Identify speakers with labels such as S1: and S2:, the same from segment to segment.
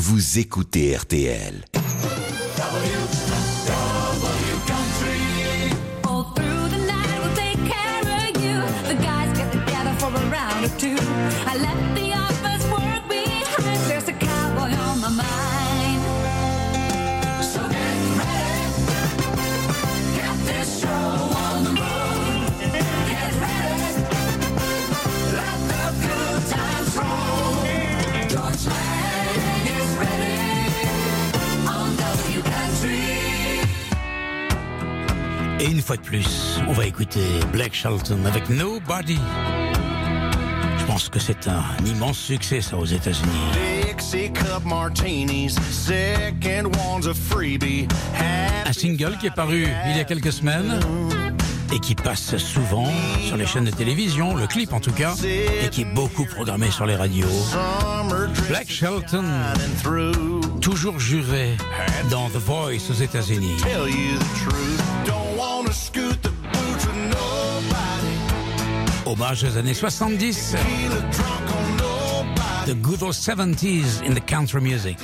S1: vous écoutez RTL.
S2: I left the office work behind. There's a cowboy on my mind. So get ready. Get this show on the road. Get ready. Let the good times roll. George Lang is ready on W Country.
S3: Et une fois de plus, on va écouter Blake Shelton avec Nobody. Je pense que c'est un immense succès, ça, aux États-Unis. Un single qui est paru il y a quelques semaines et qui passe souvent sur les chaînes de télévision, le clip en tout cas, et qui est beaucoup programmé sur les radios. Blake Shelton, toujours juré dans The Voice aux États-Unis. Hommage aux années 70. The good old 70s in the country music.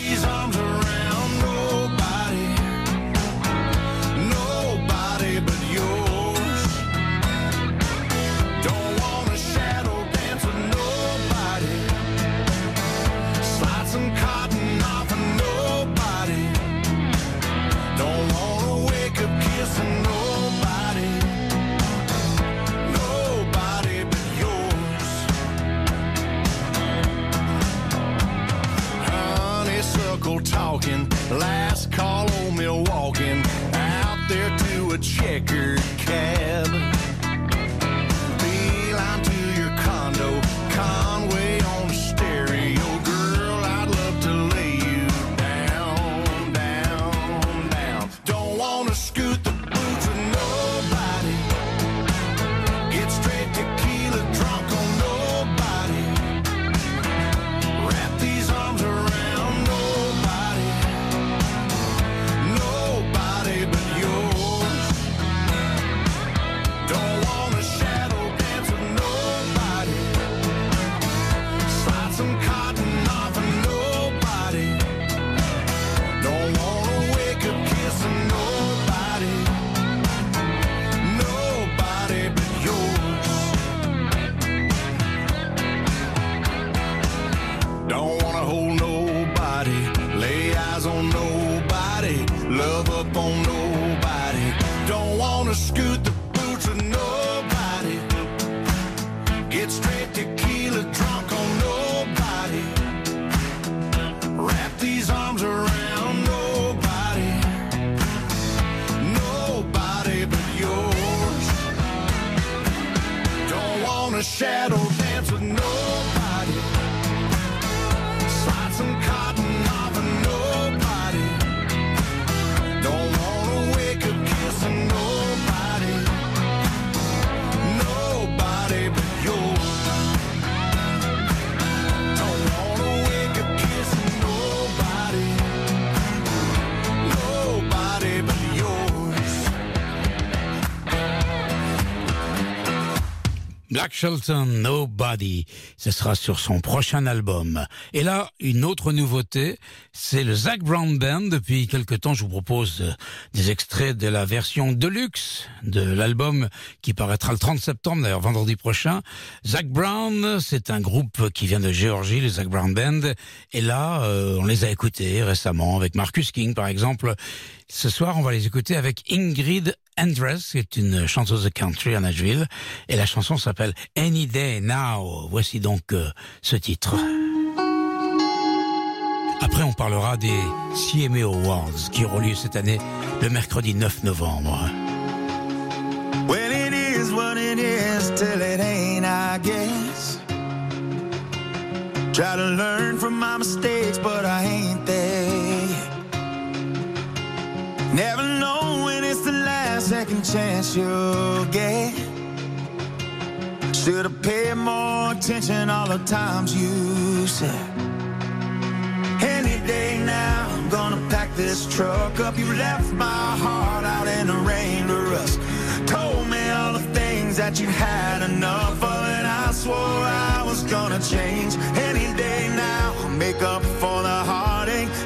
S4: Talking, last call on Milwaukee, out there to a checkered cab. Beeline to your condo, Conway on the stereo. Girl, I'd love to lay you down, down, down. Don't wanna scoot the boots with nobody. Get straight tequila drunk on nobody. Wrap these arms around on nobody. Don't wanna scoot the boots with nobody. Get straight tequila drunk on nobody. Wrap these arms around nobody. Nobody but yours. Don't wanna shadow dance with nobody. Slide some cotton off of nobody. Don't wanna wake up kissing nobody. Nobody but yours. Don't wanna wake up kissing nobody. Nobody but yours.
S3: Blake Shelton, Nobody, ce sera sur son prochain album. Et là, une autre nouveauté, c'est le Zac Brown Band. Depuis quelque temps, je vous propose des extraits de la version deluxe de l'album qui paraîtra le 30 septembre, d'ailleurs vendredi prochain. Zac Brown, c'est un groupe qui vient de Géorgie, le Zac Brown Band. Et là, on les a écoutés récemment avec Marcus King, par exemple. Ce soir, on va les écouter avec Ingrid Andress, qui est une chanteuse de country à Nashville. Et la chanson s'appelle Any Day Now. Voici donc ce titre. Après, on parlera des CMA Awards qui auront lieu cette année le mercredi 9 novembre.
S5: Well, it is what it is till it ain't, I guess. Try to learn from my mistakes, but I ain't there yet. Never know when it's the last second chance you'll get. Should've paid more attention all the times you said. Any day now, I'm gonna pack this truck up. You left my heart out in the rain to rust. Told me all the things that you had enough of, and I swore I was gonna change. Any day now, I'll make up for the heartache.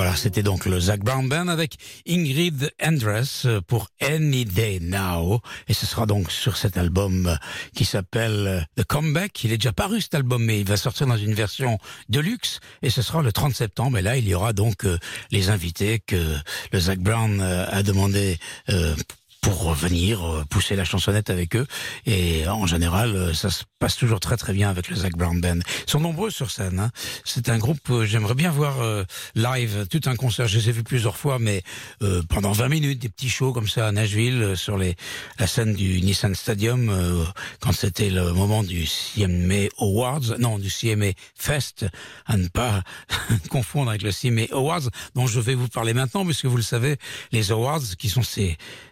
S3: Voilà, c'était donc le Zac Brown Band avec Ingrid Andress pour Any Day Now. Et ce sera donc sur cet album qui s'appelle The Comeback. Il est déjà paru cet album, mais il va sortir dans une version deluxe. Et ce sera le 30 septembre. Et là, il y aura donc les invités que le Zac Brown a demandé pour venir pousser la chansonnette avec eux. Et en général, ça se passe toujours très très bien avec le Zac Brown Band. Ils sont nombreux sur scène. Hein. C'est un groupe, j'aimerais bien voir live, tout un concert. Je les ai vus plusieurs fois, mais pendant 20 minutes, des petits shows comme ça à Nashville, sur la scène du Nissan Stadium, quand c'était le moment du CMA Awards, non, du CMA Fest, à ne pas confondre avec le CMA Awards, dont je vais vous parler maintenant, puisque vous le savez, les Awards, qui sont ces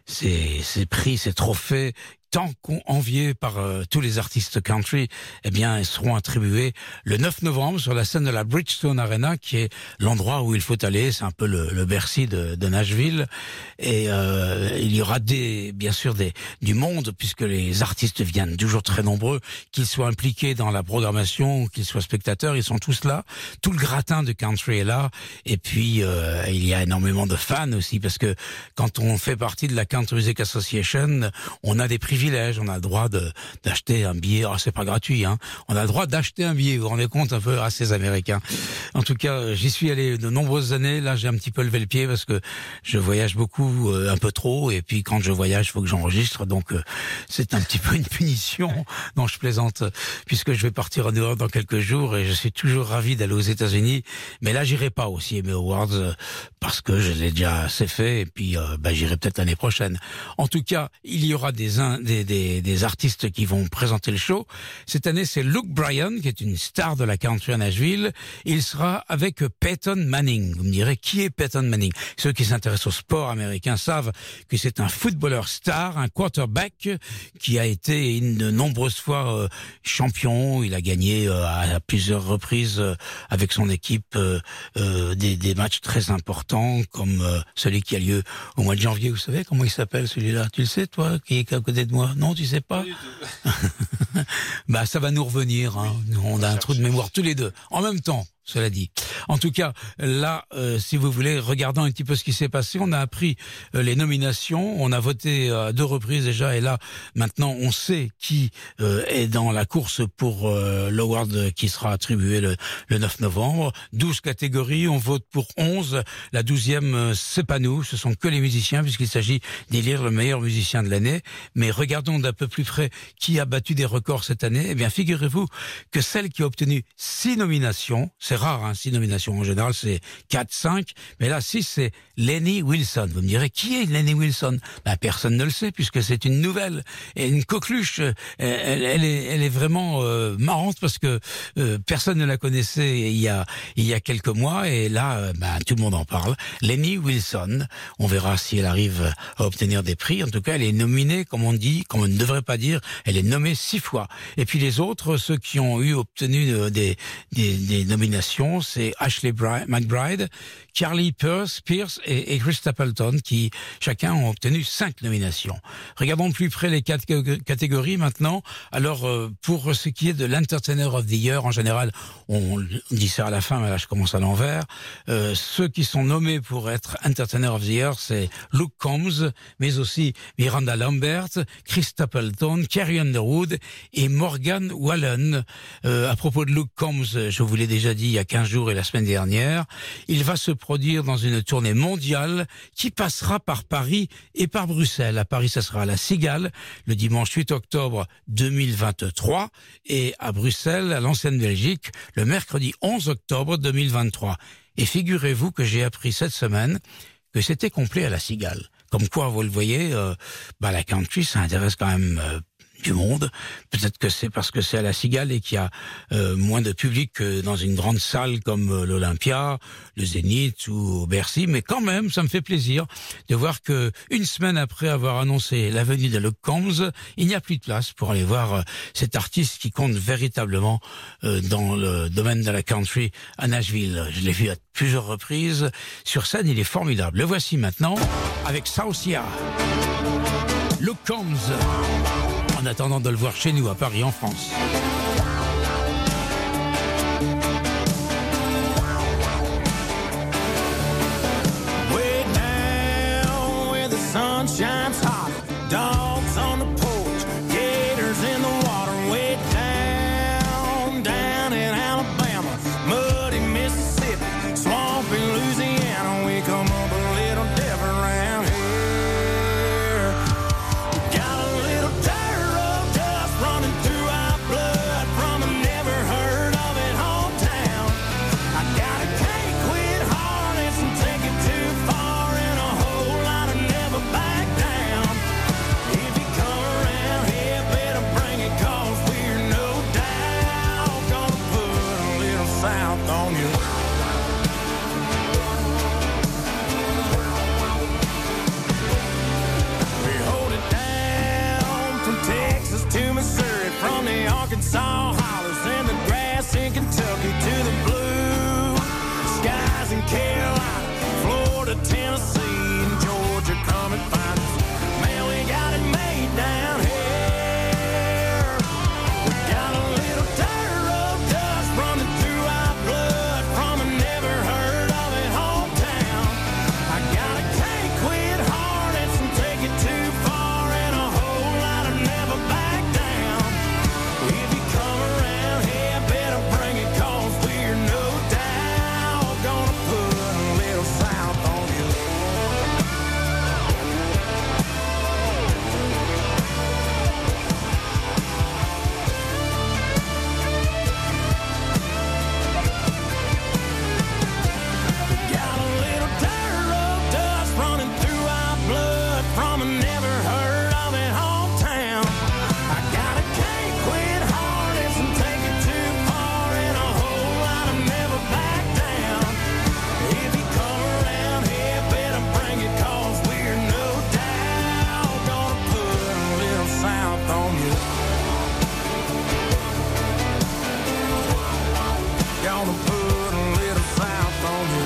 S3: prix, ces trophées tant enviés par tous les artistes country, eh bien, ils seront attribués le 9 novembre sur la scène de la Bridgestone Arena, qui est l'endroit où il faut aller. C'est un peu le Bercy de Nashville. Et il y aura bien sûr du monde, puisque les artistes viennent toujours très nombreux, qu'ils soient impliqués dans la programmation ou qu'ils soient spectateurs, ils sont tous là. Tout le gratin de country est là. Et puis, il y a énormément de fans aussi, parce que quand on fait partie de la Country Music Association, on a des privilèges, on a le droit d'acheter un billet. Oh, c'est pas gratuit, hein. On a le droit d'acheter un billet. Vous vous rendez compte un peu à ces Américains. En tout cas, j'y suis allé de nombreuses années. Là, j'ai un petit peu levé le pied parce que je voyage beaucoup, un peu trop. Et puis, quand je voyage, il faut que j'enregistre. Donc, c'est un petit peu une punition. Non, je plaisante, puisque je vais partir en Europe dans quelques jours et je suis toujours ravi d'aller aux États-Unis. Mais là, j'irai pas au CMA Awards parce que je l'ai déjà assez fait. Et puis, j'irai peut-être l'année prochaine. En tout cas, il y aura des artistes qui vont présenter le show. Cette année, c'est Luke Bryan, qui est une star de la country à Nashville. Il sera avec Peyton Manning. Vous me direz, qui est Peyton Manning? Ceux qui s'intéressent au sport américain savent que c'est un footballeur star, un quarterback qui a été de nombreuses fois champion. Il a gagné à plusieurs reprises avec son équipe des matchs très importants, comme celui qui a lieu au mois de janvier. Vous savez comment il s'appelle celui-là? Tu le sais, toi, qui est à côté de moi? Non, tu sais pas? Ça va nous revenir, hein. On a un trou de mémoire tous les deux, en même temps. Cela dit. En tout cas, là, si vous voulez, regardant un petit peu ce qui s'est passé, on a appris les nominations, on a voté à 2 reprises déjà, et là, maintenant, on sait qui est dans la course pour l'award qui sera attribué le 9 novembre. 12 catégories, on vote pour 11. La 12e, c'est pas nous, ce sont que les musiciens, puisqu'il s'agit d'élire le meilleur musicien de l'année. Mais regardons d'un peu plus près qui a battu des records cette année. Eh bien, figurez-vous que celle qui a obtenu 6 nominations, c'est rare, hein, 6 nominations. En général, c'est 4, 5. Mais là, 6, c'est Lenny Wilson. Vous me direz, qui est Lenny Wilson? Personne ne le sait, puisque c'est une nouvelle. Et une coqueluche, elle est vraiment marrante, parce que personne ne la connaissait il y a quelques mois. Et là, tout le monde en parle. Lenny Wilson. On verra si elle arrive à obtenir des prix. En tout cas, elle est nominée, comme on dit, comme on ne devrait pas dire, elle est nommée 6 fois. Et puis les autres, ceux qui ont obtenu des nominations, c'est Ashley McBride, Carly Pierce et Chris Stapleton, qui chacun ont obtenu 5 nominations. Regardons de plus près les 4 catégories maintenant. Alors, pour ce qui est de l'Entertainer of the Year, en général, on dit ça à la fin, mais là je commence à l'envers. Ceux qui sont nommés pour être Entertainer of the Year, c'est Luke Combs, mais aussi Miranda Lambert, Chris Stapleton, Carrie Underwood et Morgan Wallen. À propos de Luke Combs, je vous l'ai déjà dit il y a 15 jours et la semaine dernière, il va se produire dans une tournée mondiale qui passera par Paris et par Bruxelles. À Paris, ça sera à la Cigale le dimanche 8 octobre 2023 et à Bruxelles, à l'ancienne Belgique, le mercredi 11 octobre 2023. Et figurez-vous que j'ai appris cette semaine que c'était complet à la Cigale. Comme quoi, vous le voyez, la country, ça intéresse quand même du monde. Peut-être que c'est parce que c'est à la Cigale et qu'il y a moins de public que dans une grande salle comme l'Olympia, le Zénith ou au Bercy, mais quand même, ça me fait plaisir de voir que une semaine après avoir annoncé la venue de Luke Combs, il n'y a plus de place pour aller voir cet artiste qui compte véritablement dans le domaine de la country à Nashville. Je l'ai vu à plusieurs reprises. Sur scène, il est formidable. Le voici maintenant avec Saucia. Luke Combs. En attendant de le voir chez nous, à Paris, en France.
S5: South on you. We hold it down from Texas to Missouri, from the Arkansas hollers and the grass in Kentucky to the blue skies in Carolina, Florida, Tennessee, and Georgia. Come and find us. Man, we got it made down here. We got a little dirt road dust running through our blood from a never heard of it hometown. I got a can't quit harness and take it too far, and a whole lot of never back down. If you come around here, better bring it, 'cause we're no doubt gonna put a little south on you. Got a little dirt road dust running through our blood from a never heard of it hometown. I got a can't quit harness and take it too far, and a whole lot of never back down. If you come around here, better bring it, 'cause we're no doubt gonna put a little south on you. Gonna put a little south on you.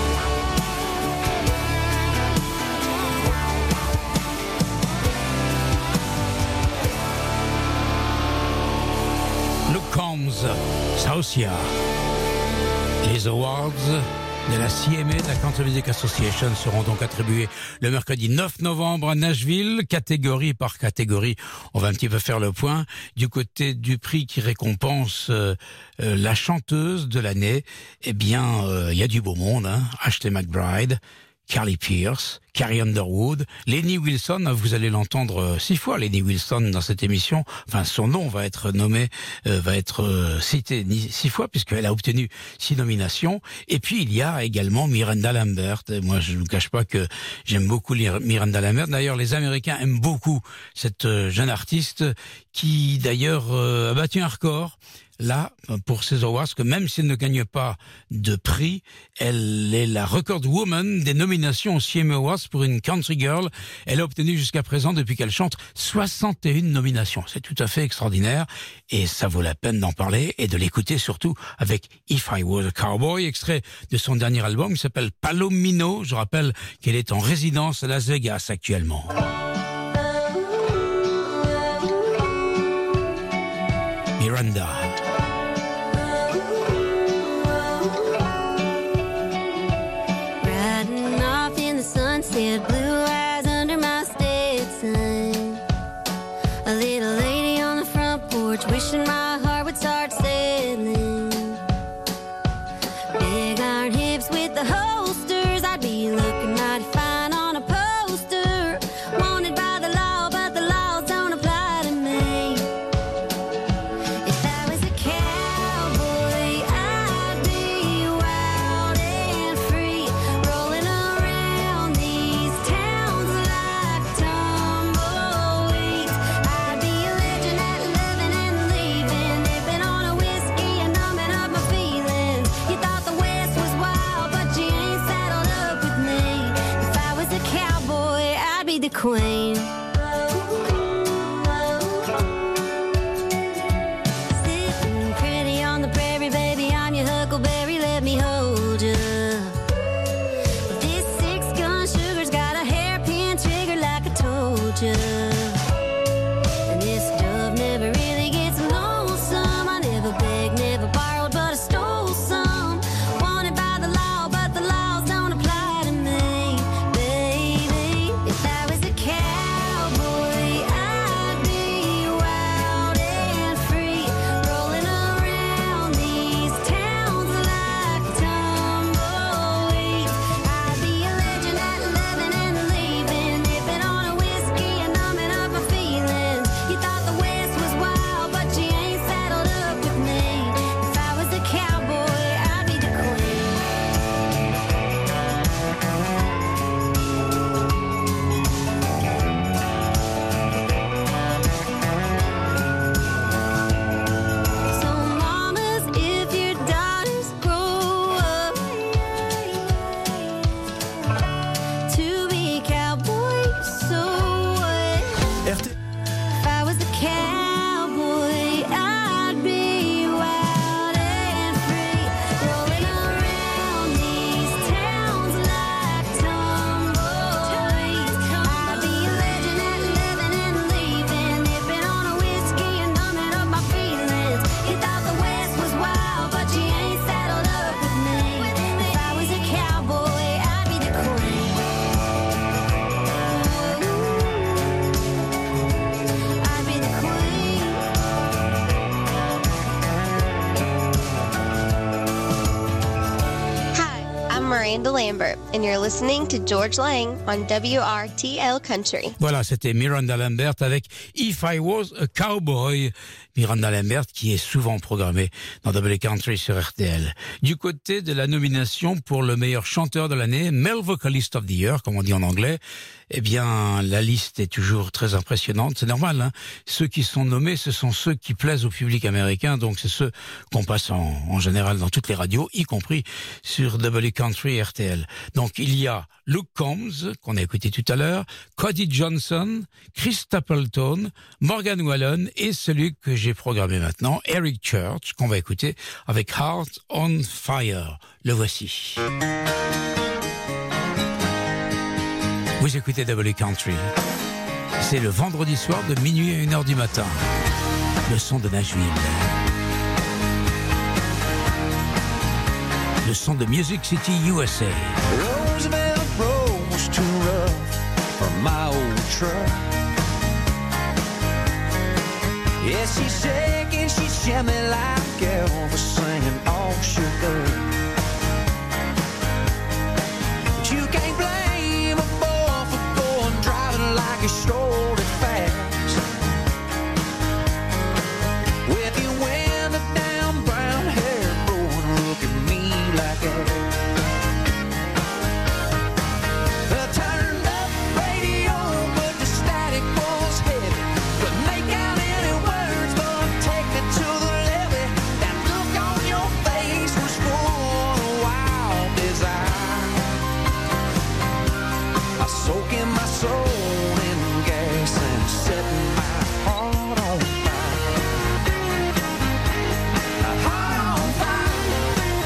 S3: Luke Combs, Saucia. Les awards de la CMA, de la Country Music Association, seront donc attribués le mercredi 9 novembre à Nashville, catégorie par catégorie. On va un petit peu faire le point. Du côté du prix qui récompense la chanteuse de l'année, eh bien, il y a du beau monde, hein. Ashley McBryde, Carly Pearce, Carrie Underwood, Lenny Wilson, vous allez l'entendre 6 fois, Lenny Wilson, dans cette émission. Enfin, son nom va être nommé, cité 6 fois, puisqu'elle a obtenu 6 nominations. Et puis, il y a également Miranda Lambert. Et moi, je ne vous cache pas que j'aime beaucoup Miranda Lambert. D'ailleurs, les Américains aiment beaucoup cette jeune artiste qui, d'ailleurs, a battu un record. Là, pour ces awards, que même si elle ne gagne pas de prix, elle est la record woman des nominations aux CMA Awards pour une country girl. Elle a obtenu jusqu'à présent, depuis qu'elle chante, 61 nominations. C'est tout à fait extraordinaire et ça vaut la peine d'en parler et de l'écouter, surtout avec If I Was a Cowboy, extrait de son dernier album qui s'appelle Palomino. Je rappelle qu'elle est en résidence à Las Vegas actuellement. Miranda.
S6: Riding off in the sunset, blue eyes under my Stetson. A little lady on the front porch, wishing my heart would start settling. Big iron hips with the holsters, I'd be looking mighty fine on a poster. Wanted by the law, but the laws don't apply to me. If I was a cowboy, I'd be wild and free, rolling around these towns like tumbleweeds. I'd be a legend at living and leaving, dipping on a whiskey and numbing up my feelings. You thought the West was wild, but you ain't saddled up with me. If I was a cowboy, I'd be the queen. Sitting pretty on the prairie, baby, I'm your huckleberry, let me hold you. This 6-gun sugar's got a hairpin trigger like I told you. And this stuff never really gets lonesome. I never begged, never borrowed, but I stole some. Wanted by the law, but the laws don't apply to me, baby. If I was a cat
S7: Miranda Lambert, and you're listening to George Lang on WRTL Country.
S3: Voilà, c'était Miranda Lambert avec If I Was a Cowboy. Miranda Lambert qui est souvent programmée dans Double Country sur RTL. Du côté de la nomination pour le meilleur chanteur de l'année, Male Vocalist of the Year, comme on dit en anglais, eh bien, la liste est toujours très impressionnante. C'est normal, hein. Ceux qui sont nommés, ce sont ceux qui plaisent au public américain, donc c'est ceux qu'on passe en général dans toutes les radios, y compris sur Double Country RTL. Donc, il y a Luke Combs, qu'on a écouté tout à l'heure, Cody Johnson, Chris Stapleton, Morgan Wallen et celui que j'ai programmé maintenant, Eric Church, qu'on va écouter avec Heart on Fire. Le voici. Vous écoutez Double Country. C'est le vendredi soir de minuit à 1h du matin. Le son de Nashville. Le son de Music City, USA.
S5: Roosevelt Road was too rough for my old truck. Yeah, she's shaking, she's jamming like Elvis singing all shook up. But you can't blame a boy for going driving like he strolled it fast. With you wind down, brown hair blowing, look at me like that. Turned up radio, but the static was heavy. Couldn't make out any words, but take it to the levee. That look on your face was full of wild desire. I soak in my soul in gas and set my heart on fire. A heart on fire.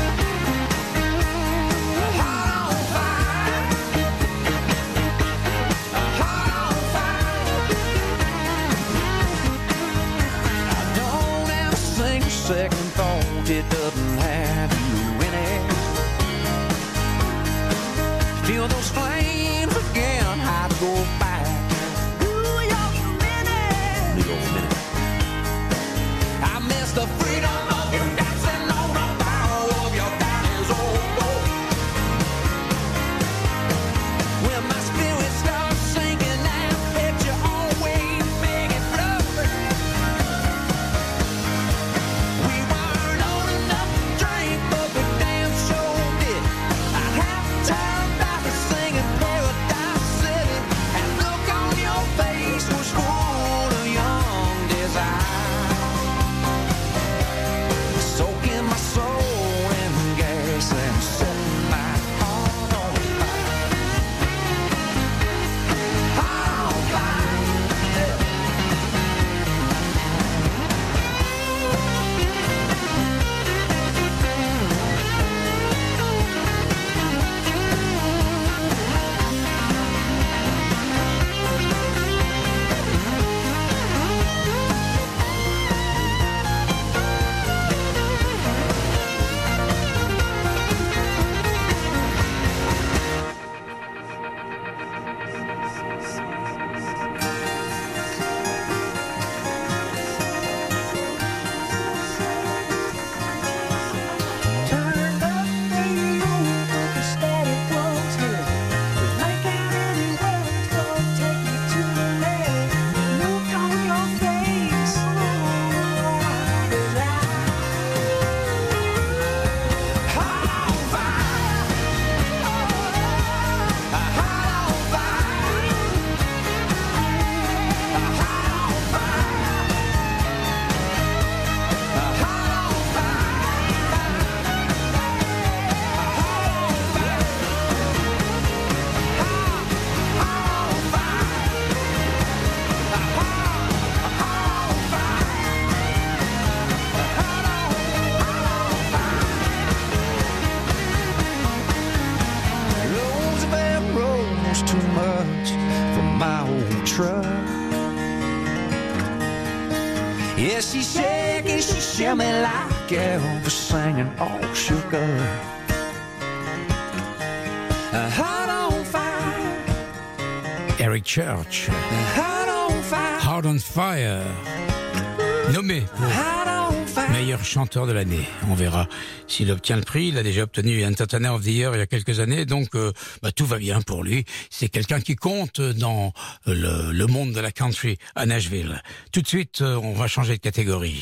S5: A heart on fire. A heart on fire. I don't have a single second thought, it doesn't have you in it. Feel those flames again, I'd go back. New York minute. New York minute. I miss the freedom of you dancing on the bow of your daddy's old boat. When my spirit starts sinking, I picture always make it flow. We weren't old enough to drink, but we damn sure did. I have time back to singing Paradise City, and look on your face was full of young desire. Soaking my soul in gas and setting my heart on fire. Heart on fire. Turned up radio, but the static was heavy. Could make out any words, but take me to the levee. Look on your face, wild desire. Heart on fire. A heart on fire. A heart on fire. A heart on Roosevelt Road was too much for my old truck. Yeah, she's shaking, she's shamming like Elvis singing all shook up. A heart on fire.
S3: Eric Church,
S5: Heart on fire.
S3: Heart on Fire, nommé pour
S5: Heart on fire.
S3: Meilleur chanteur de l'année. On verra s'il obtient le prix. Il a déjà obtenu Entertainer of the Year il y a quelques années, donc tout va bien pour lui. C'est quelqu'un qui compte dans le monde de la country à Nashville. Tout de suite, on va changer de catégorie.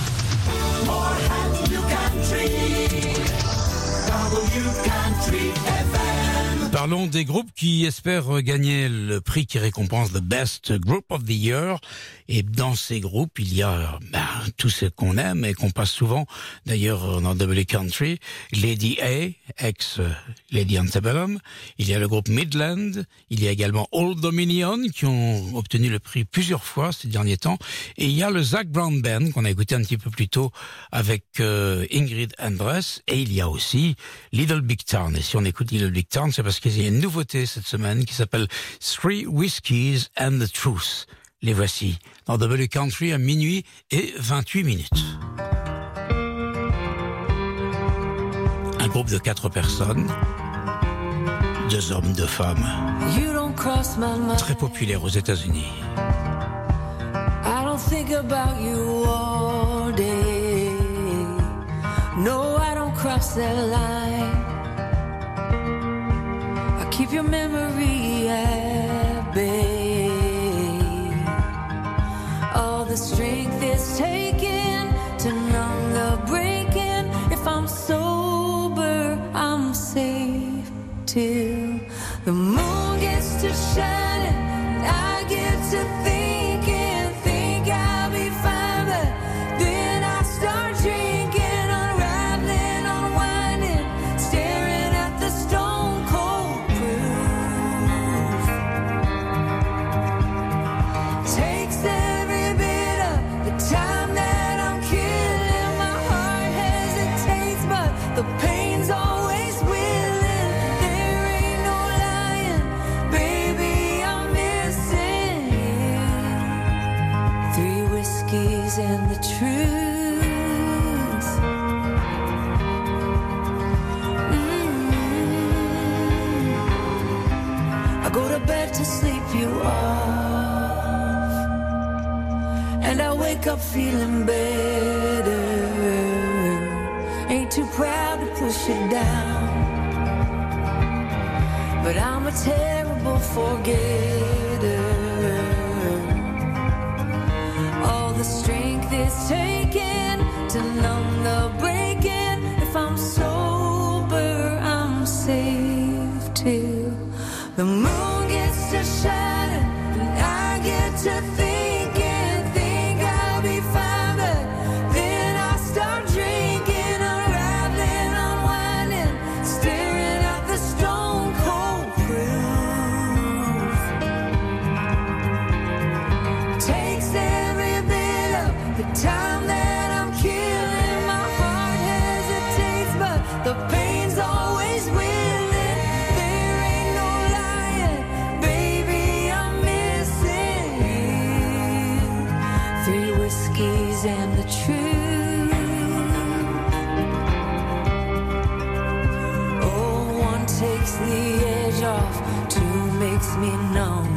S3: Parlons des groupes qui espèrent gagner le prix qui récompense the Best Group of the Year. Et dans ces groupes, il y a tout ce qu'on aime et qu'on passe souvent, d'ailleurs dans W Country. Lady A, ex-Lady Antebellum. Il y a le groupe Midland. Il y a également Old Dominion, qui ont obtenu le prix plusieurs fois ces derniers temps. Et il y a le Zac Brown Band, qu'on a écouté un petit peu plus tôt avec Ingrid Andress. Et il y a aussi Little Big Town. Et si on écoute Little Big Town, c'est parce qu'il y a une nouveauté cette semaine qui s'appelle Three Whiskies and the Truth. Les voici dans W Country à minuit et 28 minutes. Un groupe de 4 personnes, 2 hommes, 2 femmes, très populaire aux États-Unis.
S8: I don't think about you all day. No, I don't cross that line. I keep your memory at bay. All the strength is taken to numb the breaking. If I'm sober, I'm safe till the moon gets to shining and I get to thinking, think I'll be fine, but then I start drinking, unraveling, unwinding, staring at the stone cold proof. Takes every bit of the time that I'm killing, my heart hesitates, but the pain's always willing. There ain't no lying, baby, I'm missing you. 3 whiskeys and the truth. I go to bed to sleep you off, and I wake up feeling better. Ain't too proud to push it down, but I'm a terrible forgetter. All the strength is taken to numb the breaking. If I'm sober, I'm safe till the moon gets to shining and I get to thinking, think I'll be fine, but then I start drinking, unraveling, unwinding, staring at the stone cold proof. Takes every bit of the time that I'm killing, my heart hesitates, but the pain's always willing. There ain't no lying, baby, I'm missing you. 3 whiskeys and the truth. Oh, 1 takes the edge off, 2 makes me numb.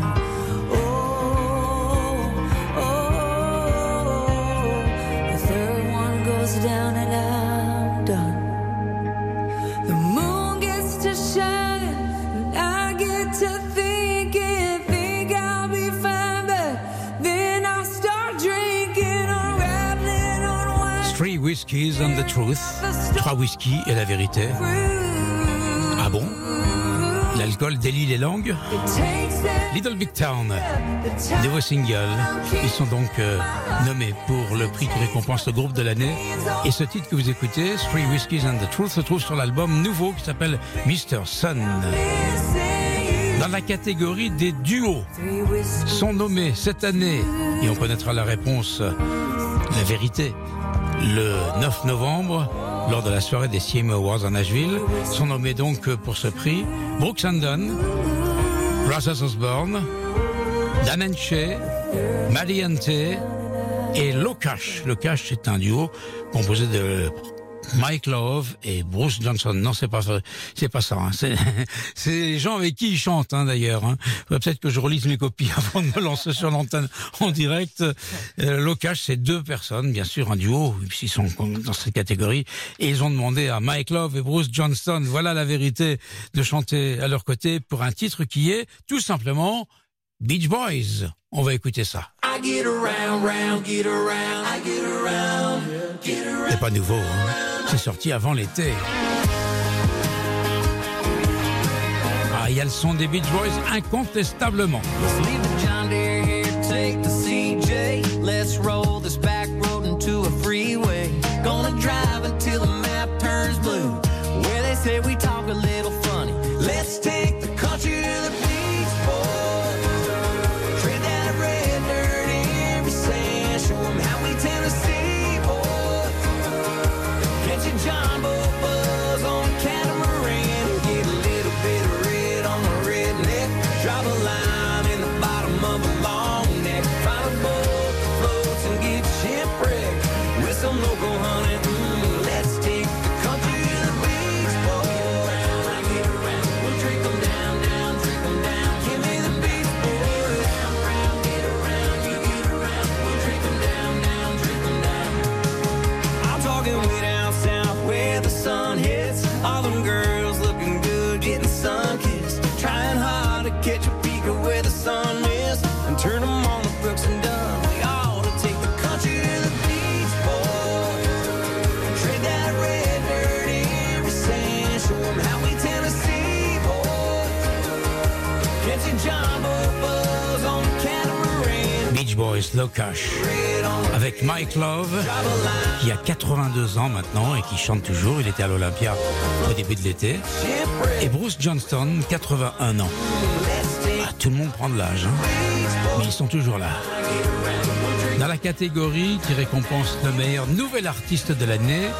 S8: The 3rd one goes down and I'm done. The moon gets to shining and I get to thinking, think I'll be fine, but then I start drinking, unraveling, unwinding.
S3: 3 Whiskies and the Truth. 3 whisky et la vérité. Ah bon? L'alcool délie les langues? Little Big Town, nouveau single. Ils sont donc nommés pour le prix qui récompense le groupe de l'année. Et ce titre que vous écoutez, Three Whiskies and the Truth, se trouve sur l'album nouveau qui s'appelle Mr. Sun. Dans la catégorie des duos, sont nommés cette année, et on connaîtra la réponse, la vérité, le 9 novembre, lors de la soirée des CMA Awards à Nashville, sont nommés donc pour ce prix Brooks and Dunn, Russell Osborne, Dan Shay, Maddie Ante et Locash. Locash, c'est un duo composé de Mike Love et Bruce Johnson. Non, c'est pas ça. Hein. C'est les gens avec qui ils chantent, hein, d'ailleurs. Hein. Peut-être que je relise mes copies avant de me lancer sur l'antenne en direct. Locash, c'est 2 personnes, bien sûr, un duo, puisqu'ils sont dans cette catégorie. Et ils ont demandé à Mike Love et Bruce Johnson, voilà la vérité, de chanter à leur côté pour un titre qui est tout simplement Beach Boys. On va écouter ça.
S5: I get around, round, get around, I get around, get around.
S3: C'est pas nouveau, hein. C'est sorti avant l'été. Ah, il y a le son des Beach Boys incontestablement.
S5: Let's leave the John Deere here, take the CJ. Let's roll this back road into a freeway. Gonna drive until the map turns blue. Where they say we talk a little funny. Let's take the country to the beach, boy. Trade that red dirt in every sand. Show 'em how we Tennessee, boy. Catch a jumbo buzz on a catamaran. Get a little bit of red on the redneck. Drop a line in the bottom of a long neck. Find a boat that floats and get shipwrecked with some local honey. Let's take the country to the beach, boy. I get around, we'll drink 'em down, down, drink 'em down. Give me the beach, boy. Round, get around, you get around. We'll drink 'em down, down, drink 'em down. I'm talking way down south where the sun hits. All them girls looking good, getting sun-kissed. Trying hard to catch a peek of where the sun is and turn 'em on the Brooks and Dunn. We ought to take the country to the beach, boy. Trade that red dirt in every sand. Show 'em how we Tennessee, boy. Catch a jumbo buzz on the catamaran.
S3: Beach Boys, Locash,
S5: Red on the
S3: avec Mike Love, qui a 82 ans maintenant et qui chante toujours. Il était à l'Olympia au début de l'été.
S5: shipwreck.
S3: Et Bruce Johnston, 81 ans.
S5: Let's take
S3: Ah, tout le monde prend de l'âge, hein. Mais ils sont toujours là. Dans la catégorie qui récompense le meilleur nouvel artiste de l'année,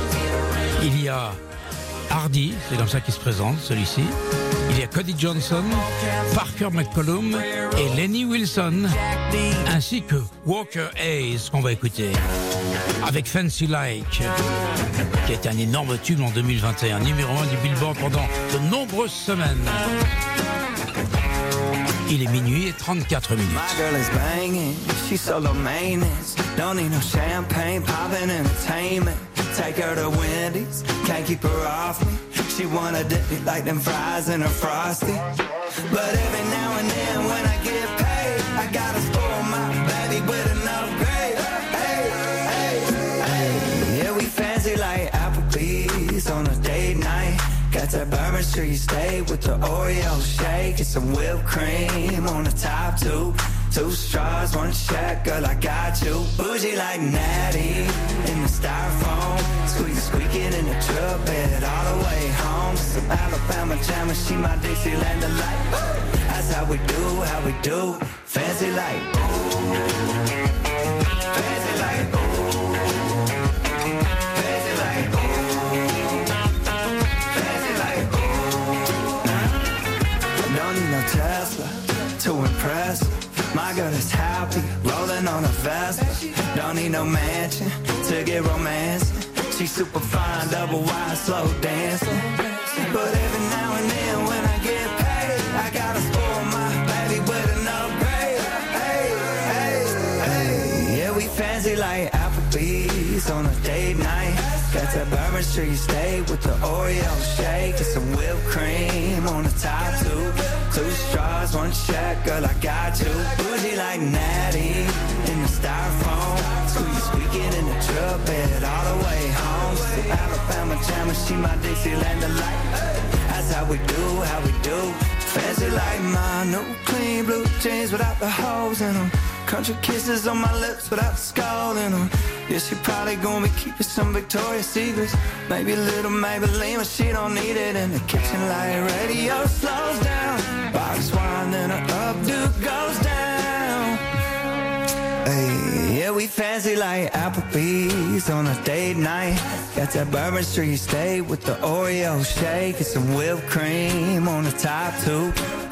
S3: il y a Hardy, c'est comme ça qu'il se présente, celui-ci. Il y a Cody Johnson, Parker McCollum et Lenny Wilson, ainsi que Walker Hayes, qu'on va écouter, avec Fancy Like, qui a été un énorme tube en 2021, numéro 1 du Billboard pendant de nombreuses semaines. Il est minuit et 34 minutes.
S9: My girl is banging, she's solo maintenance. Don't need no champagne, poppin' entertainment. Take her to Wendy's, can't keep her off me. She wanna dip it like them fries in a Frosty. But every now and then when I get paid, I gotta spoil my baby with an upgrade. Hey, hey, hey. Yeah, we fancy like Applebee's on a date night. Got that Bourbon Street steak with the Oreo shake and some whipped cream on the top two. 2 straws, 1 shack, girl, I got you. Bougie like Natty in the styrofoam. Squeaking in the truck bed all the way home. Some Alabama jammer, she my Dixieland delight. That's how we do, fancy like fancy like fancy like fancy like Don't need no Tesla to impress. My girl is happy, rolling on a Vespa. Don't need no mansion to get romance. She's super fine, double wide, slow dancing. But every now and then when I get paid, I gotta spoil my baby with an upgrade. Hey, hey, hey. Yeah, we fancy like Applebee's on a date night. Got that Bourbon Street steak with the Oreo shake and some whipped cream on the top two. 2 straws, 1 shack, girl, I got you. Bougie like Natty in the styrofoam. Squeaking in the truck bed all the way home. Some Alabama jammer, she my Dixieland delight. That's how we do, fancy like my new clean blue jeans without the holes in them. Country kisses on my lips without the skull in them. Yeah, she probably gonna be keeping some Victoria's Secrets. Maybe a little Maybelline, but she don't need it. In the kitchen like radio slows down. Box wine and her updo goes down. Hey, yeah, we fancy like Applebee's on a date night. Got that Bourbon Street steak with the Oreo shake and some whipped cream on the top two.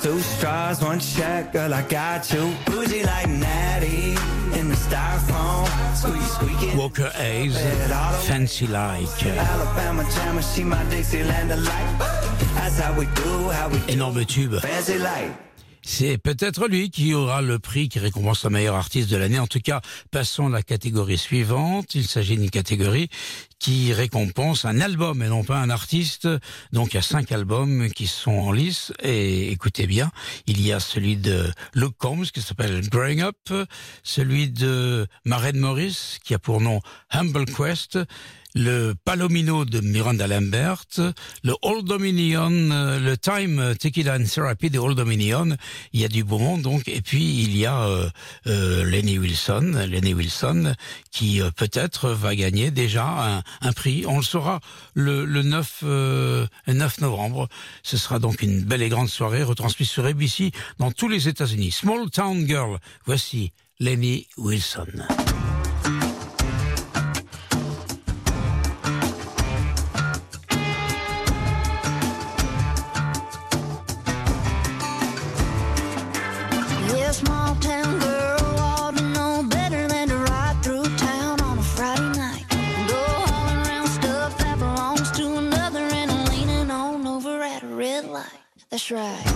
S9: through straws, one check, girl, I got you. Bougie like Natty in the styrofoam. Squeaky.
S3: Walker Hayes, Fancy Like.
S9: Alabama jammer, she my Dixieland delight. That's how we do, how we do.
S3: Énorme tube.
S9: Fancy like.
S3: C'est peut-être lui qui aura le prix qui récompense le meilleur artiste de l'année. En tout cas, passons à la catégorie suivante. Il s'agit d'une catégorie qui récompense un album et non pas un artiste. Donc il y a 5 albums qui sont en lice. Et écoutez bien, il y a celui de Luke Combs qui s'appelle Growing Up, celui de Maren Morris qui a pour nom Humble Quest, le Palomino de Miranda Lambert, le Old Dominion, le Time Tequila and Therapy de Old Dominion. Il y a du beau monde donc. Et puis il y a Lenny Wilson qui peut-être va gagner déjà un prix. On le saura le 9 novembre. Ce sera donc une belle et grande soirée retransmise sur ABC dans tous les États-Unis. Small Town Girl. Voici Lenny Wilson.
S6: Small town girl ought to know better than to ride through town on a Friday night. Go hauling around stuff that belongs to another and leaning on over at a red light. That's right.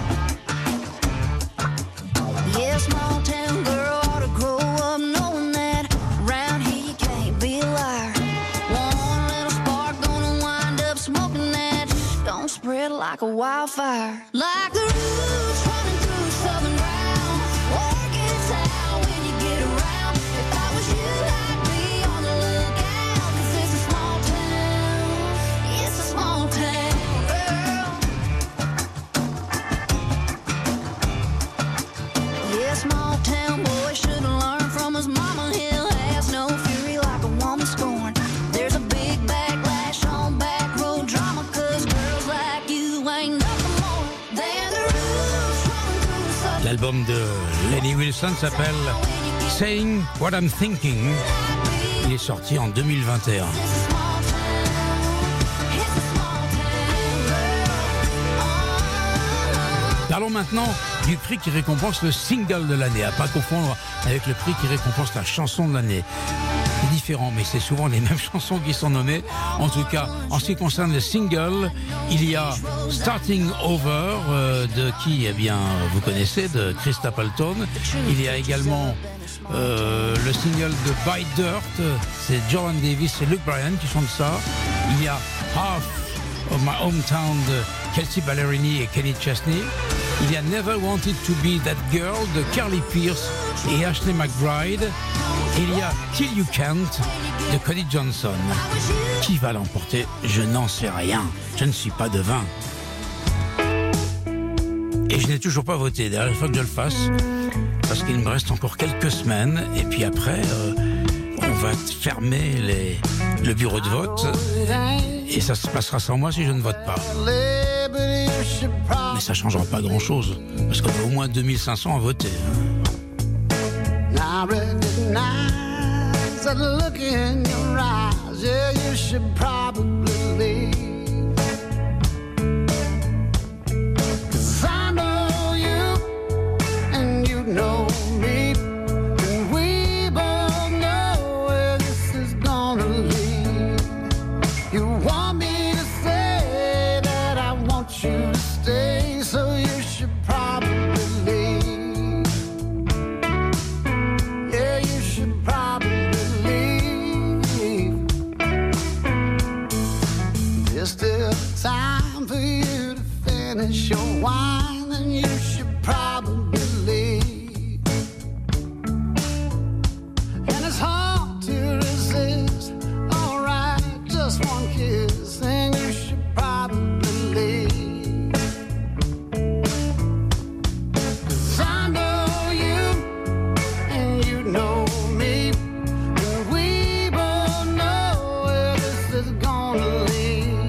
S6: Yeah, small town girl ought to grow up knowing that around here you can't be a liar. One little spark gonna wind up smoking that. Don't spread like a wildfire. Like the roots running through southern ground.
S3: L'album de Lenny Wilson s'appelle Saying What I'm Thinking. Il est sorti en 2021. Parlons maintenant du prix qui récompense le single de l'année, à pas confondre avec le prix qui récompense la chanson de l'année. C'est différent, mais c'est souvent les mêmes chansons qui sont nommées. En tout cas, en ce qui concerne le single, il y a Starting Over, de qui, eh bien, vous connaissez, de Chris Stapleton. Il y a également le single de By Dirt, c'est Jordan Davis et Luke Bryan qui chantent ça. Il y a Half of My Hometown de Kelsey Ballerini et Kenny Chesney. Il y a Never Wanted to Be That Girl de Carly Pearce et Ashley McBride. Et il y a Till You Can't de Cody Johnson. Qui va l'emporter? Je n'en sais rien. Je ne suis pas devin. Et je n'ai toujours pas voté. D'ailleurs, il faut que je le fasse. Parce qu'il me reste encore quelques semaines. Et puis après, on va fermer le bureau de vote. Et ça se passera sans moi si je ne vote pas. Mais ça ne changera pas grand-chose. Parce qu'on a au moins 2500 à voter.
S10: I recognize that look in your eyes. Yeah, you should probably leave. 'Cause I know you and you know me, and we both know where this is gonna lead. You want me to say that I want you to stay, so you should probably leave. Still time for you to finish your wine, and you should probably leave. And it's hard to resist. Alright, just one kiss, and you should probably leave. 'Cause I know you, and you know me, and we both know where this is gonna lead.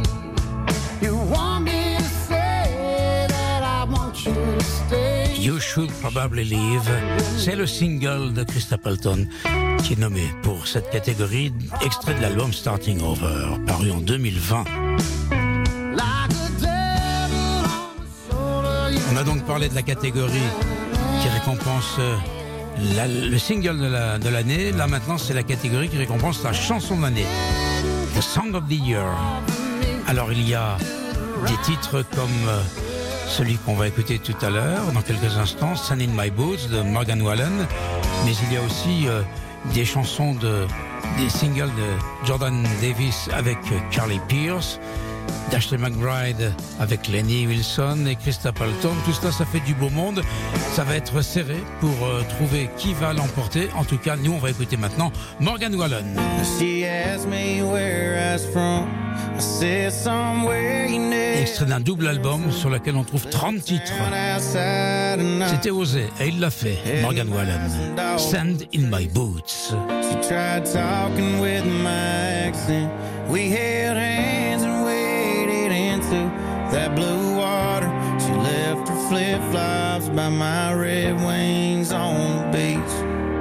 S3: You Should Probably Leave, c'est le single de Chris Stapleton qui est nommé pour cette catégorie, extrait de l'album Starting Over, paru en 2020. On a donc parlé de la catégorie qui récompense le single de l'année. Là maintenant, c'est la catégorie qui récompense la chanson de l'année. The Song of the Year. Alors il y a des titres comme celui qu'on va écouter tout à l'heure, dans quelques instants, Sand in My Boots de Morgan Wallen. Mais il y a aussi des chansons des singles de Jordan Davis avec Carly Pearce, d'Ashley McBryde avec Lenny Wilson et Krista Palton. Tout cela, ça fait du beau monde. Ça va être serré pour trouver qui va l'emporter. En tout cas, nous, on va écouter maintenant Morgan Wallen.
S5: She asked me where I was from. I said somewhere you know.
S3: Extrait d'un double album sur lequel on trouve 30 titres. C'était osé et il l'a fait, Morgan Wallen. Sand in My Boots.
S5: She tried talking with my accent. We held hands and waded into that blue water. She left her flip-flops by my Red Wings on the beach.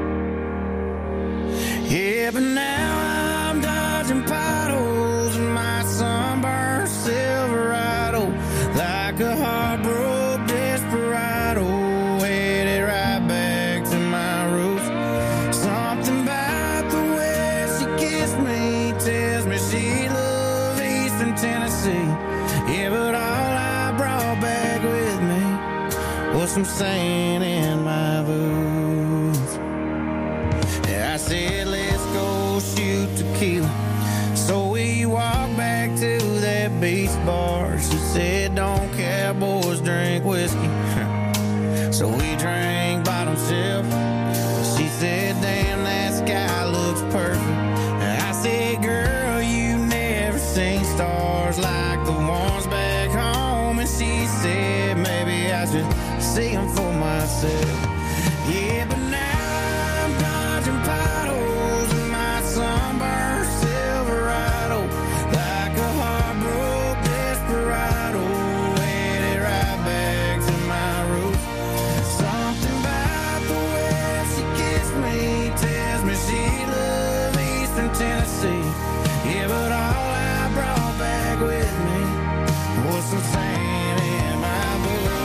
S5: Yeah, but now I'm dodging potholes in my sunburned Silverado, like a heartbroken desperado, headed right back to my roots. Something about the way she kissed me tells me she loved Eastern Tennessee. Yeah, but all I brought back with me was some sand in my boots. Yeah, I said, let's go shoot tequila. So we walked back to that beach bar. She said, don't cowboys drink whiskey. So we drank bottom shelf. She said, damn, that sky looks perfect. And I said, girl, you never seen stars like the ones back home. And she said, maybe I should see them for myself. Yeah, but now I'm dodging potholes in my sunburned Silverado, like a heartbroken desperado, headed right back to my roots. Something about the way she kissed me tells me she loved Eastern Tennessee. Yeah, but all I brought back with me was some sand in my boots.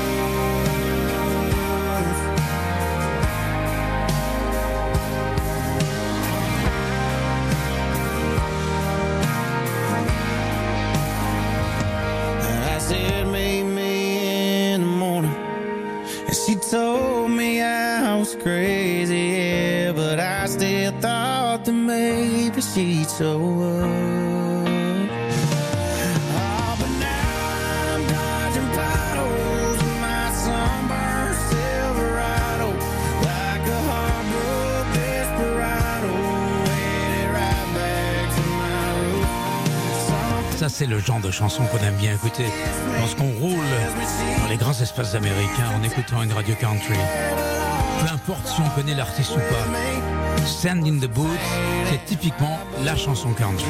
S5: I said, meet me in the morning. And she told me I was crazy, yeah, but I still thought that maybe she'd show up. Oh, but now I'm dodging potholes in my sunburned Silverado, like a heartbroken desperado, headed right back to my roots.
S3: Ça, c'est le genre de chanson qu'on aime bien écouter lorsqu'on roule dans les grands espaces américains en écoutant une radio country. Peu importe si on connaît l'artiste ou pas. Sand in the Boots, c'est typiquement la chanson country.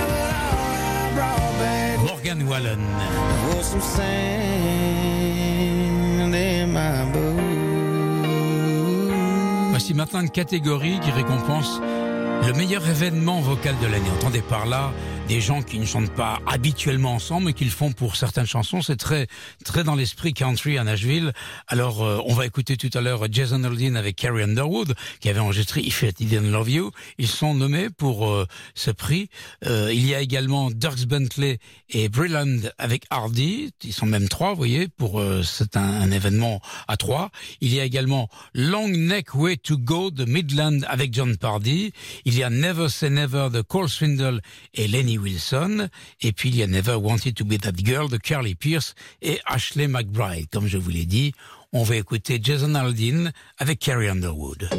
S3: Morgan Wallen. Voici maintenant une catégorie qui récompense le meilleur événement vocal de l'année. Entendez par là des gens qui ne chantent pas habituellement ensemble, mais qui le font pour certaines chansons. C'est très dans l'esprit country à Nashville. Alors, on va écouter tout à l'heure Jason Aldean avec Carrie Underwood, qui avait enregistré If I Didn't Love You. Ils sont nommés pour ce prix. Il y a également Dierks Bentley et Breland avec Hardy. Ils sont même 3, vous voyez, pour c'est un événement à 3. Il y a également Long Neck Way to Go de Midland avec John Pardy. Il y a Never Say Never de Cole Swindle et Lenny Wilson. Et puis il y a Never Wanted to Be That Girl de Carly Pearce et Ashley McBryde. Comme je vous l'ai dit, on va écouter Jason Aldean avec Carrie Underwood.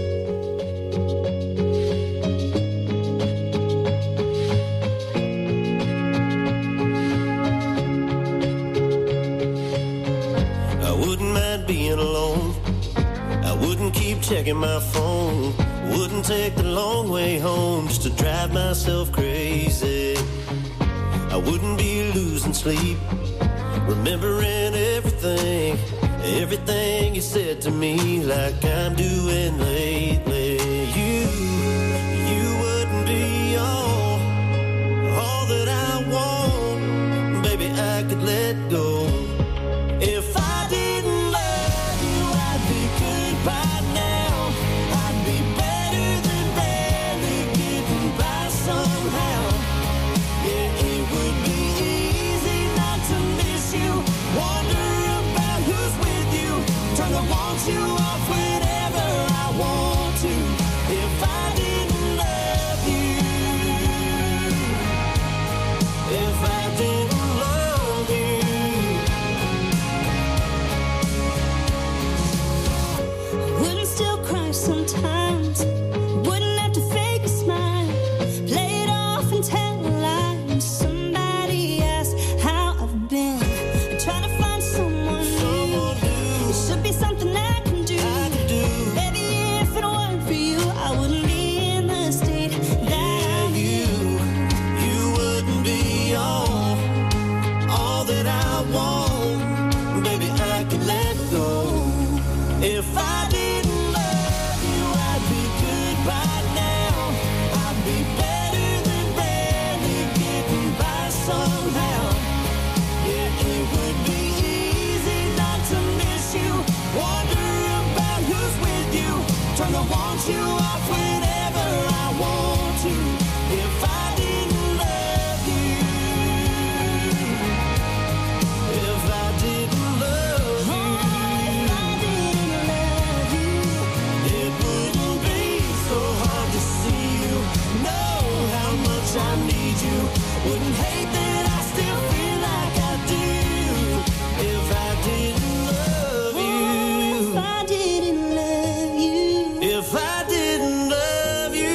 S11: I wouldn't mind being alone. I wouldn't keep checking my phone. Wouldn't take the long way home just to drive myself crazy. I wouldn't be losing sleep, remembering everything, everything you said to me, like I'm doing lately. You wouldn't be all that I want. Baby, I could let go if I didn't love I want, baby, I can let go. If I didn't love you, I'd be good by now. I'd be better than barely getting by somehow. Yeah, it would be easy not to miss you. Wonder about who's with you. Turn the want you off whenever I want to. If I didn't love you, if I didn't love you, it wouldn't be so hard to see you. Know how much I need you. Wouldn't hate that I still feel like I do. If I didn't love you, if I didn't love you, if I didn't love you,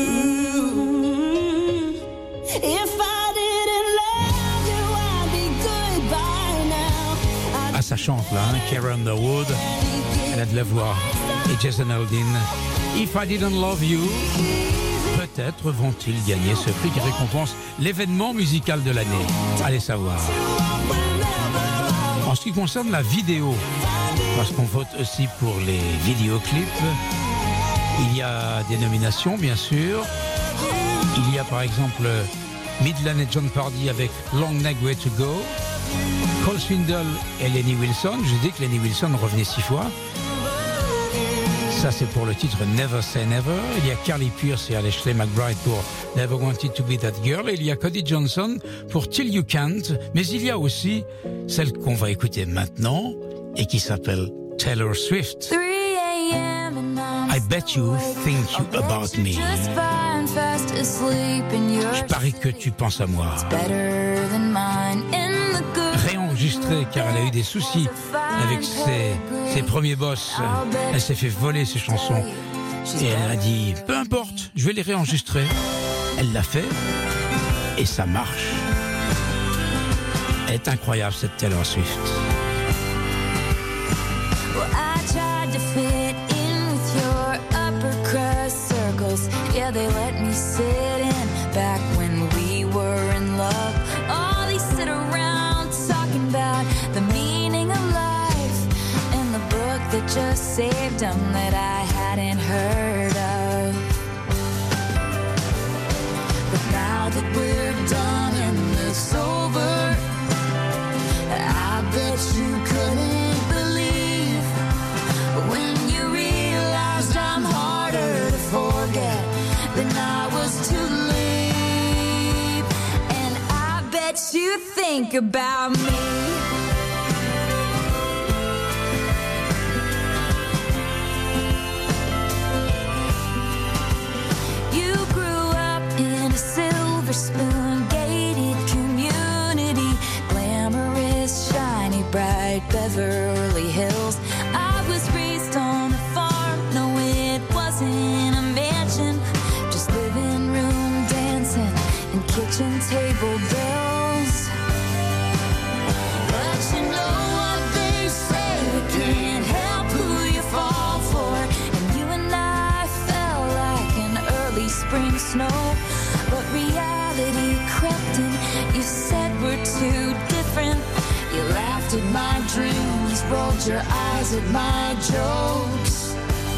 S11: if I didn't love you, I'd be good by now.
S3: Ah, ça chante là, hein? Karen Underwood, elle a de la voix. Et Jason Aldean, If I Didn't Love You. Peut-être vont-ils gagner ce prix qui récompense l'événement musical de l'année. Allez savoir. En ce qui concerne la vidéo, parce qu'on vote aussi pour les vidéoclips, il y a des nominations bien sûr. Il y a par exemple Midland et John Pardy avec Long Neck Way to Go, Cole Swindle et Lenny Wilson. Je dis que Lenny Wilson revenait 6 fois. Ça c'est pour le titre Never Say Never. Il y a Carly Pearce et Ashley McBryde pour Never Wanted to Be That Girl. Et il y a Cody Johnson pour Till You Can't. Mais il y a aussi celle qu'on va écouter maintenant et qui s'appelle Taylor Swift.
S8: 3 a.m. and I'm
S3: I bet you think you about me.
S8: just fine, fast asleep in your
S3: Je parie que tu penses à moi.
S8: better than mine in the good.
S3: Réenregistrée car elle a eu des soucis avec ses premiers boss. Elle s'est fait voler ses chansons. Et elle a dit, peu importe, je vais les réenregistrer. Elle l'a fait et ça marche. Elle est incroyable cette Taylor Swift.
S8: Well, I tried to fit in with your upper crust circles. Yeah, they let me sit in back when we were in love. Oh, they sit around talking about the meaning of life and the book that just saved them that I hadn't heard of. But now that we're done and it's over, I bet you couldn't believe when you realized I'm harder to forget than I was to leave. And I bet you think about me. You grew up in a silver spoon gated community, glamorous, shiny, bright Beverly Hills. I was raised on a farm, no it wasn't a mansion, just living room dancing and kitchen table bells. But you know what they say, we can't help who you fall for, and you and I fell like an early spring snow. But reality crept in, you said we're too different. You laughed at my dreams, rolled your eyes at my jokes.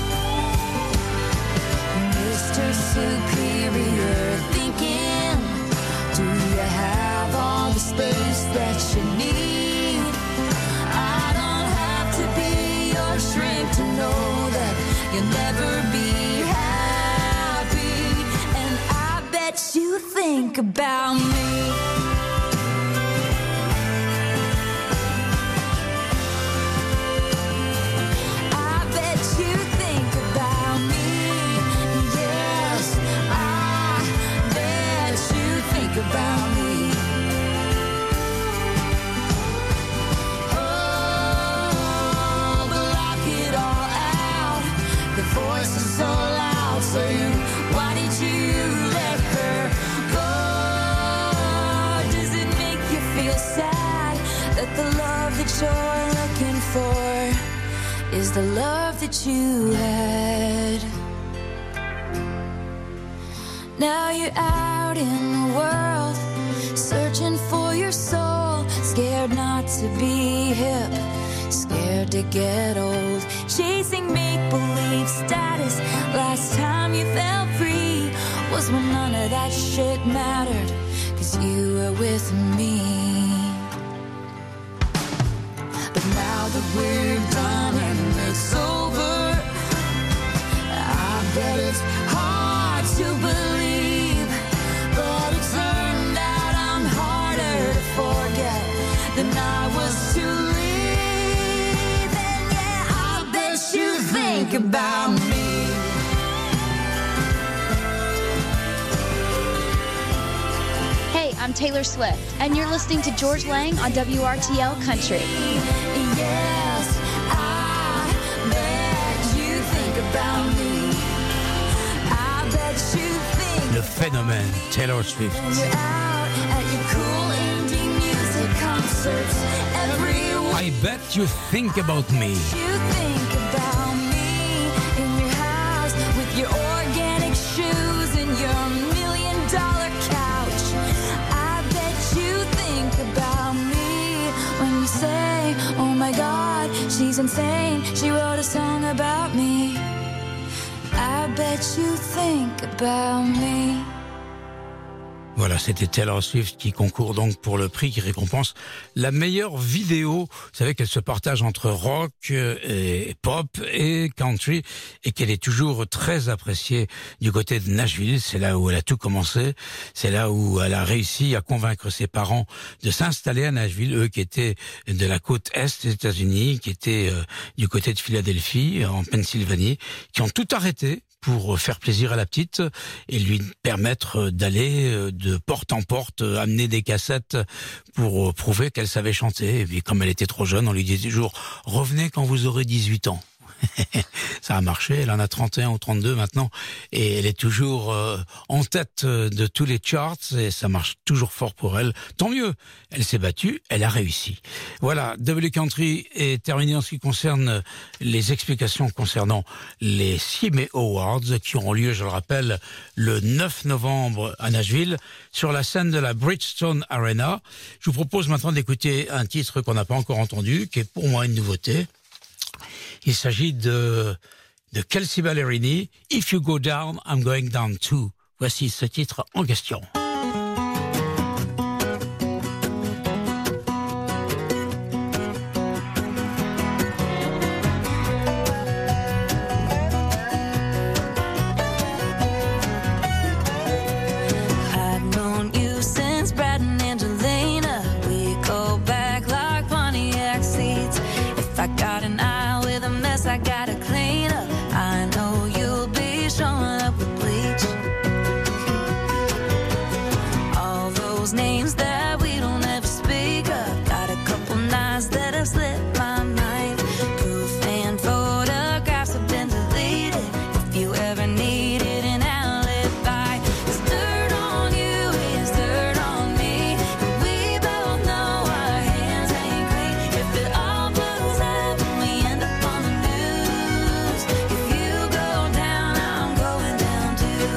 S8: Mr. Superior thinking, do you have all the space that you need? I don't have to be your shrink to know that you'll never be happy. And I bet you think about me. I bet you think about me. Yes, I bet you think about me. Oh, but lock it all out. The voice is so loud saying, why did you let her go? Does it make you feel sad that the love that you're looking for is the love that you had? Now you're out in the world, searching for your soul, scared scared not to be hip, scared to get old, chasing make-believe status. Last time you felt free was when none of that shit mattered, 'cause you were with me. But now that we're done and it's over, I bet it's hard to believe, but it turned out I'm harder to forget than I was to leave. And yeah, I bet you think about me.
S12: Hey, I'm Taylor Swift, and you're listening to George Lang on WRTL Country.
S8: Yes, I bet you think about me. I bet you think
S3: Le phénomène Taylor Swift.
S8: when you're out at your cool indie music concerts every week.
S3: I bet you think about me.
S8: You think about me in your house with your organic shoes and your $1 million couch. I bet you think about me when you say, oh my God, she's insane, she wrote a song about me. I bet you think about me.
S3: Voilà, c'était Taylor Swift qui concourt donc pour le prix qui récompense la meilleure vidéo. Vous savez qu'elle se partage entre rock et pop et country et qu'elle est toujours très appréciée du côté de Nashville. C'est là où elle a tout commencé. C'est là où elle a réussi à convaincre ses parents de s'installer à Nashville, eux qui étaient de la côte est des États-Unis, qui étaient du côté de Philadelphie, en Pennsylvanie, qui ont tout arrêté pour faire plaisir à la petite et lui permettre d'aller de porte en porte, amener des cassettes pour prouver qu'elle savait chanter. Et puis comme elle était trop jeune, on lui disait toujours « Revenez quand vous aurez 18 ans ». Ça a marché, elle en a 31 ou 32 maintenant et elle est toujours en tête de tous les charts et ça marche toujours fort pour elle. Tant mieux, elle s'est battue, elle a réussi. Voilà, W Country est terminé en ce qui concerne les explications concernant les CMA Awards qui auront lieu, je le rappelle, le 9 novembre à Nashville sur la scène de la Bridgestone Arena. Je vous propose maintenant d'écouter un titre qu'on n'a pas encore entendu, qui est pour moi une nouveauté. Il s'agit de Kelsea Ballerini, If You Go Down, I'm Going Down Too. Voici ce titre en question.
S8: I've known you since Brad and Angelina. We go back like Pontiac seats. If I got an eye with a mess, I gotta clean up. I know you'll be showing up with bleach. All those names that we don't ever speak of. Got a couple nights that have slipped my mind. Proof and photographs have been deleted. If you ever needed an alibi, 'cause dirt on you is dirt on me. And we both know our hands ain't clean. If it all blows up and we end up on the news, if you go down, I'm going down too.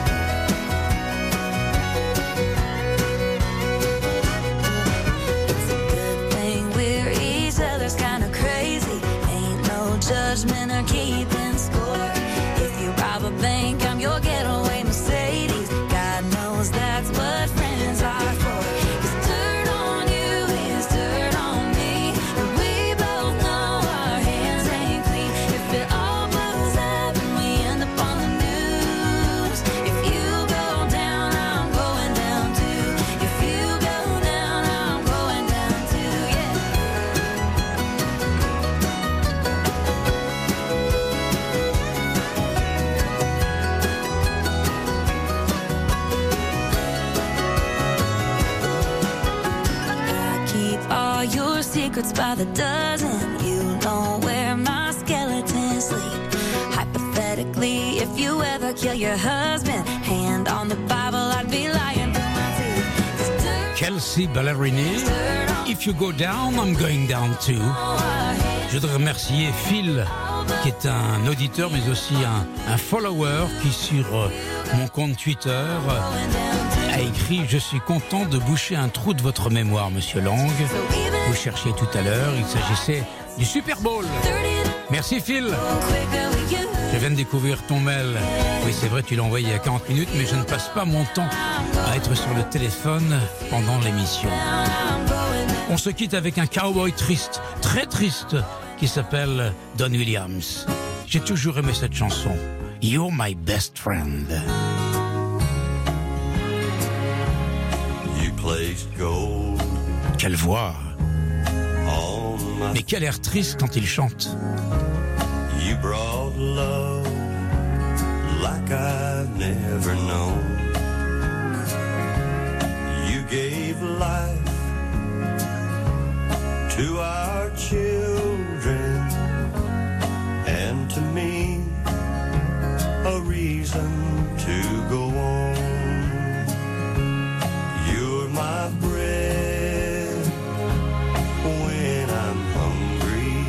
S8: It's a good thing we're each other's kind of crazy. Ain't no judgment or keeping score. If you rob a bank, I'm your getaway Mercedes. God knows that's what friends are for. 'Cause dirt on you is dirt on me. And we both know our hands ain't clean. If it all blows up and we end up on the news, if you go down, I'm going down too. If you go down, I'm going down too, yeah. I keep all your secrets by the dozen. You know where my skeletons sleep. Hypothetically, if you ever kill your husband, hand on the Bible, I'd be lying through my teeth. 'Cause dirt
S3: Kelsea Ballerini, If You Go Down, I'm Going Down Too.
S8: on our hands.
S3: Je voudrais remercier Phil, qui est un auditeur, mais aussi un follower, qui sur mon compte Twitter a écrit « Je suis content de boucher un trou de votre mémoire, Monsieur Lang. Vous cherchiez tout à l'heure, il s'agissait du Super Bowl. » Merci Phil. Je viens de découvrir ton mail. Oui, c'est vrai, tu l'as envoyé il y a 40 minutes, mais je ne passe pas mon temps à être sur le téléphone pendant l'émission. On se quitte avec un cowboy triste, très triste, qui s'appelle Don Williams. J'ai toujours aimé cette chanson. You're my best friend.
S11: You placed gold.
S3: Quelle voix.
S11: On my
S3: Mais quel air triste quand il chante.
S11: You brought love like I've never known. You gave life to our children and to me a reason to go on. You're my bread when I'm hungry.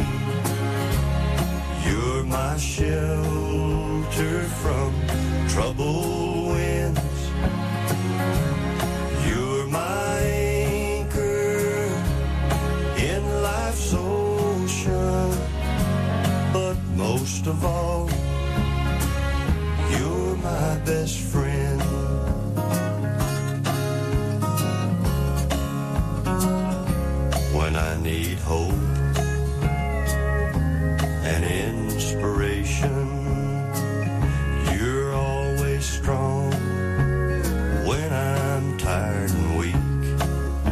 S11: You're my shelter from troubled winds. You're my anchor in life's ocean. But most of all, you're my best friend. When I need hope and inspiration, you're always strong. When I'm tired and weak,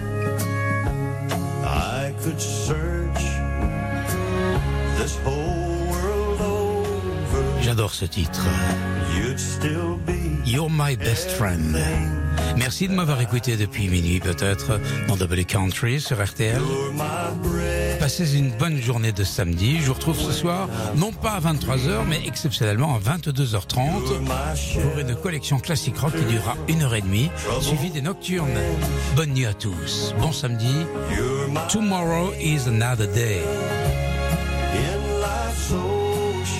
S11: I could search this whole world over.
S3: J'adore ce titre.
S11: You'd still be
S3: You're my best friend. Merci de m'avoir écouté depuis minuit peut-être dans Double Country sur RTL. Passez une bonne journée de samedi. Je vous retrouve ce soir, non pas à 23h, mais exceptionnellement à 22h30 pour une collection classique rock qui durera 1h30, suivie des nocturnes. Bonne nuit à tous. Bon samedi. Tomorrow is another day.